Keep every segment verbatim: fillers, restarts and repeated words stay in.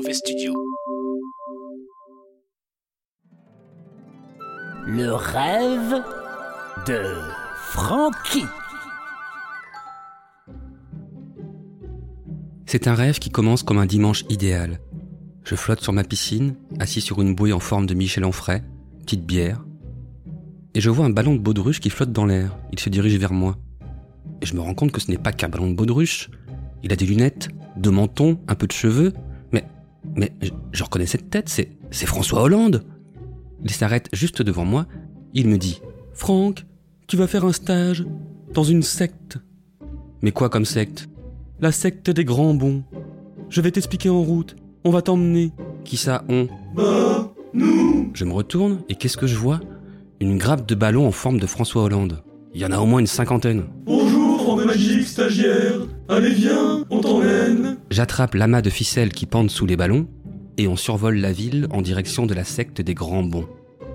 Mauvais Studio. Le rêve de Francky. C'est un rêve qui commence comme un dimanche idéal. Je flotte sur ma piscine, assis sur une bouée en forme de Michel Onfray, petite bière, et je vois un ballon de baudruche qui flotte dans l'air. Il se dirige vers moi. Et je me rends compte que ce n'est pas qu'un ballon de baudruche. Il a des lunettes, deux mentons, un peu de cheveux. Mais, mais, je, je reconnais cette tête, c'est, c'est François Hollande. Il s'arrête juste devant moi. Il me dit « Franck, tu vas faire un stage dans une secte. » « Mais quoi comme secte ? » « La secte des grands bons. Je vais t'expliquer en route. On va t'emmener. » « Qui ça, on ?»« Bah, nous !» Je me retourne et qu'est-ce que je vois ? Une grappe de ballons en forme de François Hollande. Il y en a au moins une cinquantaine. Bonjour, Franck Magique, stagiaire. Allez, viens, on t'emmène. J'attrape l'amas de ficelles qui pendent sous les ballons et on survole la ville en direction de la secte des grands bons.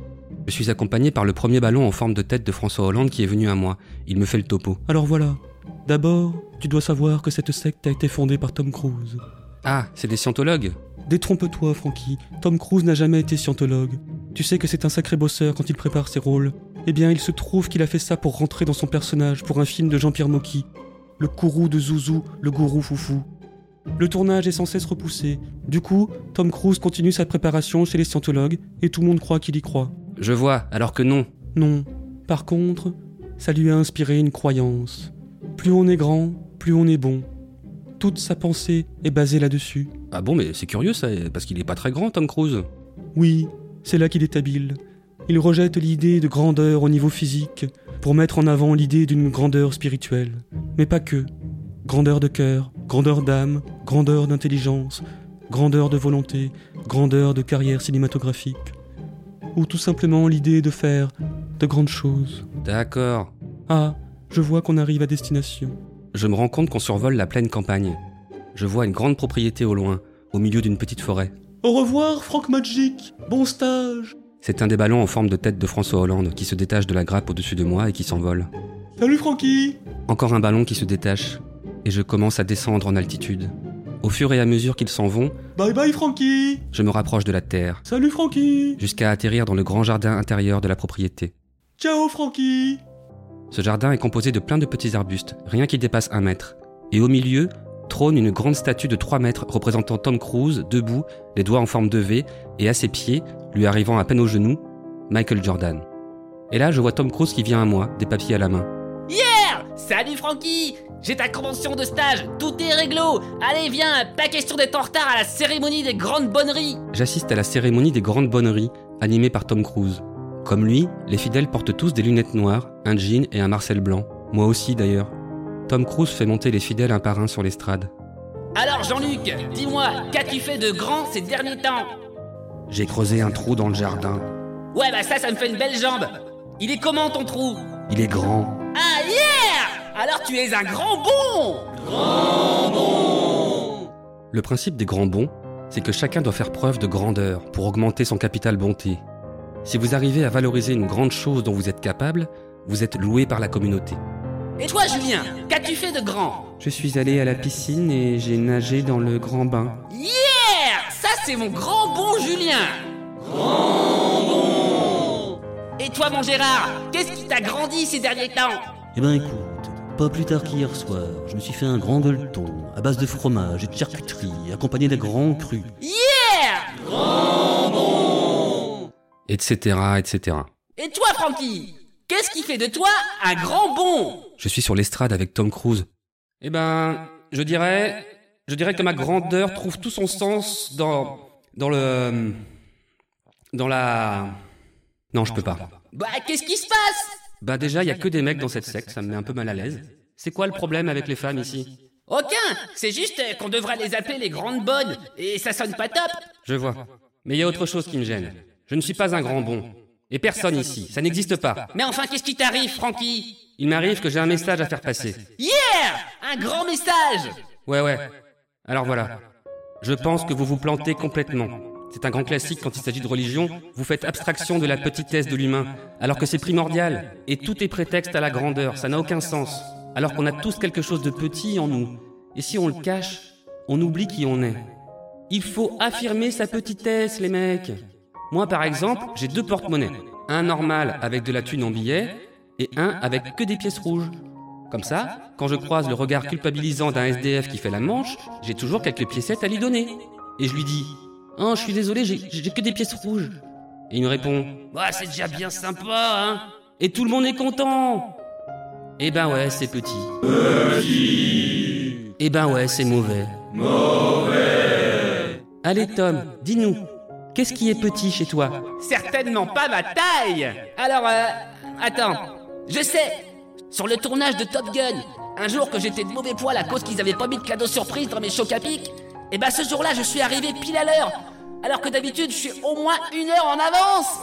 Je suis accompagné par le premier ballon en forme de tête de François Hollande qui est venu à moi. Il me fait le topo. Alors voilà. D'abord, tu dois savoir que cette secte a été fondée par Tom Cruise. Ah, c'est des scientologues ? Détrompe-toi, Francky. Tom Cruise n'a jamais été scientologue. Tu sais que c'est un sacré bosseur quand il prépare ses rôles. Eh bien, il se trouve qu'il a fait ça pour rentrer dans son personnage pour un film de Jean-Pierre Mocky. Le kourou de Zouzou, le gourou foufou. Le tournage est sans cesse repoussé. Du coup, Tom Cruise continue sa préparation chez les scientologues et tout le monde croit qu'il y croit. Je vois, alors que non. Non. Par contre, ça lui a inspiré une croyance. Plus on est grand, plus on est bon. Toute sa pensée est basée là-dessus. Ah bon, mais c'est curieux ça, parce qu'il est pas très grand, Tom Cruise. Oui, c'est là qu'il est habile. Il rejette l'idée de grandeur au niveau physique pour mettre en avant l'idée d'une grandeur spirituelle. Mais pas que. Grandeur de cœur, grandeur d'âme, grandeur d'intelligence, grandeur de volonté, grandeur de carrière cinématographique. Ou tout simplement l'idée de faire de grandes choses. D'accord. Ah, je vois qu'on arrive à destination. Je me rends compte qu'on survole la pleine campagne. Je vois une grande propriété au loin, au milieu d'une petite forêt. Au revoir, Franck Magique. Bon stage. C'est un des ballons en forme de tête de François Hollande qui se détache de la grappe au-dessus de moi et qui s'envole. Salut, Francky. Encore un ballon qui se détache, et je commence à descendre en altitude. Au fur et à mesure qu'ils s'en vont, Bye bye, Francky. Je me rapproche de la terre. Salut, Francky. Jusqu'à atterrir dans le grand jardin intérieur de la propriété. Ciao, Francky. Ce jardin est composé de plein de petits arbustes, rien qui dépasse un mètre. Et au milieu, trône une grande statue de trois mètres représentant Tom Cruise, debout, les doigts en forme de V, et à ses pieds, lui arrivant à peine aux genoux, Michael Jordan. Et là, je vois Tom Cruise qui vient à moi, des papiers à la main. Yeah! Salut Francky! J'ai ta convention de stage, tout est réglo! Allez viens, pas question d'être en retard à la cérémonie des grandes bonneries! J'assiste à la cérémonie des grandes bonneries, animée par Tom Cruise. Comme lui, les fidèles portent tous des lunettes noires, un jean et un Marcel blanc. Moi aussi d'ailleurs. Tom Cruise fait monter les fidèles un par un sur l'estrade. Alors Jean-Luc, dis-moi, qu'as-tu fait de grand ces derniers temps? J'ai creusé un trou dans le jardin. Ouais bah ça, ça me fait une belle jambe. Il est comment ton trou? Il est grand. Ah yeah! Alors tu es un grand bon! Grand bon. Le principe des grands bons, c'est que chacun doit faire preuve de grandeur pour augmenter son capital bonté. Si vous arrivez à valoriser une grande chose dont vous êtes capable, vous êtes loué par la communauté. Et toi Julien, qu'as-tu fait de grand? Je suis allé à la piscine et j'ai nagé dans le grand bain. Yeah! Ça c'est mon grand bon Julien! Grand bon. Et toi mon Gérard, qu'est-ce qui t'a grandi ces derniers temps? Eh ben écoute, pas plus tard qu'hier soir, je me suis fait un grand gueuleton à base de fromage et de charcuterie, accompagné d'un grand cru. Yeah! Grand bon. Etc, et cetera. Et toi Francky, qu'est-ce qui fait de toi un grand bon? Je suis sur l'estrade avec Tom Cruise. Eh ben, je dirais, je dirais que ma grandeur trouve tout son sens dans, dans le, dans la... Non, je peux pas. Bah qu'est-ce qui se passe? Bah déjà, il y a que des mecs dans cette secte, ça me met un peu mal à l'aise. C'est quoi le problème avec les femmes ici? Aucun, c'est juste qu'on devrait les appeler les grandes bonnes, et ça sonne pas top. Je vois. Mais il y a autre chose qui me gêne. Je ne suis pas un grand bon. Et personne ici, ça n'existe pas. Mais enfin, qu'est-ce qui t'arrive, Francky? Il m'arrive que j'ai un message à faire passer. Yeah! Un grand message! Ouais, ouais. Alors voilà. Je pense que vous vous plantez complètement. C'est un grand classique quand il s'agit de religion. Vous faites abstraction de la petitesse de l'humain, alors que c'est primordial. Et tout est prétexte à la grandeur, ça n'a aucun sens. Alors qu'on a tous quelque chose de petit en nous. Et si on le cache, on oublie qui on est. Il faut affirmer sa petitesse, les mecs. Moi, par exemple, j'ai deux porte-monnaies. Un normal avec de la thune en billets et un avec que des pièces rouges. Comme ça, quand je croise le regard culpabilisant d'un S D F qui fait la manche, j'ai toujours quelques piécettes à lui donner. Et je lui dis « Oh, je suis désolé, j'ai, j'ai que des pièces rouges. » Et il me répond « Bah, c'est déjà bien sympa, hein ?» Et tout le monde est content. Eh ben ouais, c'est petit. Petit. Eh ben ouais, c'est mauvais. Mauvais. Allez Tom, dis-nous, qu'est-ce qui est petit chez toi ? Certainement pas ma taille. Alors, euh, attends, je sais. Sur le tournage de Top Gun, un jour que j'étais de mauvais poil à cause qu'ils avaient pas mis de cadeau surprise dans mes chocs à pic, et bah ce jour-là, je suis arrivé pile à l'heure, alors que d'habitude, je suis au moins une heure en avance.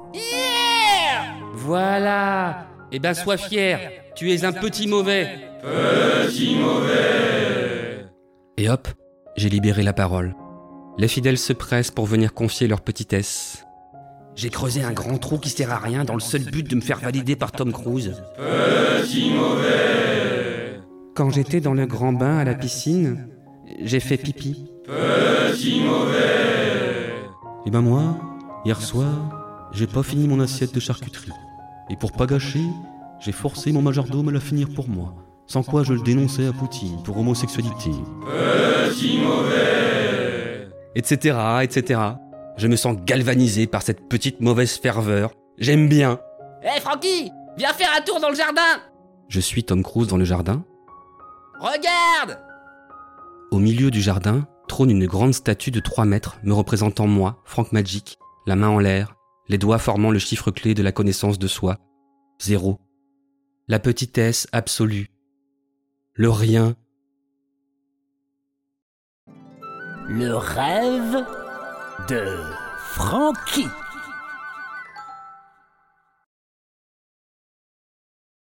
Yeah! Voilà. Eh ben sois fier, tu es un petit mauvais. Petit mauvais. Et hop, j'ai libéré la parole. Les fidèles se pressent pour venir confier leur petitesse. J'ai creusé un grand trou qui sert à rien dans le seul but de me faire valider par Tom Cruise. Petit mauvais. Quand j'étais dans le grand bain à la piscine, j'ai fait pipi. Petit mauvais. Et ben moi, hier soir, j'ai pas fini mon assiette de charcuterie. Et pour pas gâcher, j'ai forcé mon majordome à la finir pour moi. Sans quoi je le dénonçais à Poutine pour homosexualité. Petit mauvais. Etc, et cetera. Je me sens galvanisé par cette petite mauvaise ferveur. J'aime bien. Hé hey, Francky, viens faire un tour dans le jardin. Je suis Tom Cruise dans le jardin. Regarde. Au milieu du jardin trône une grande statue de trois mètres me représentant moi, Frank Magic, la main en l'air, les doigts formant le chiffre clé de la connaissance de soi. Zéro. La petitesse absolue. Le rien. Le rêve de Francky.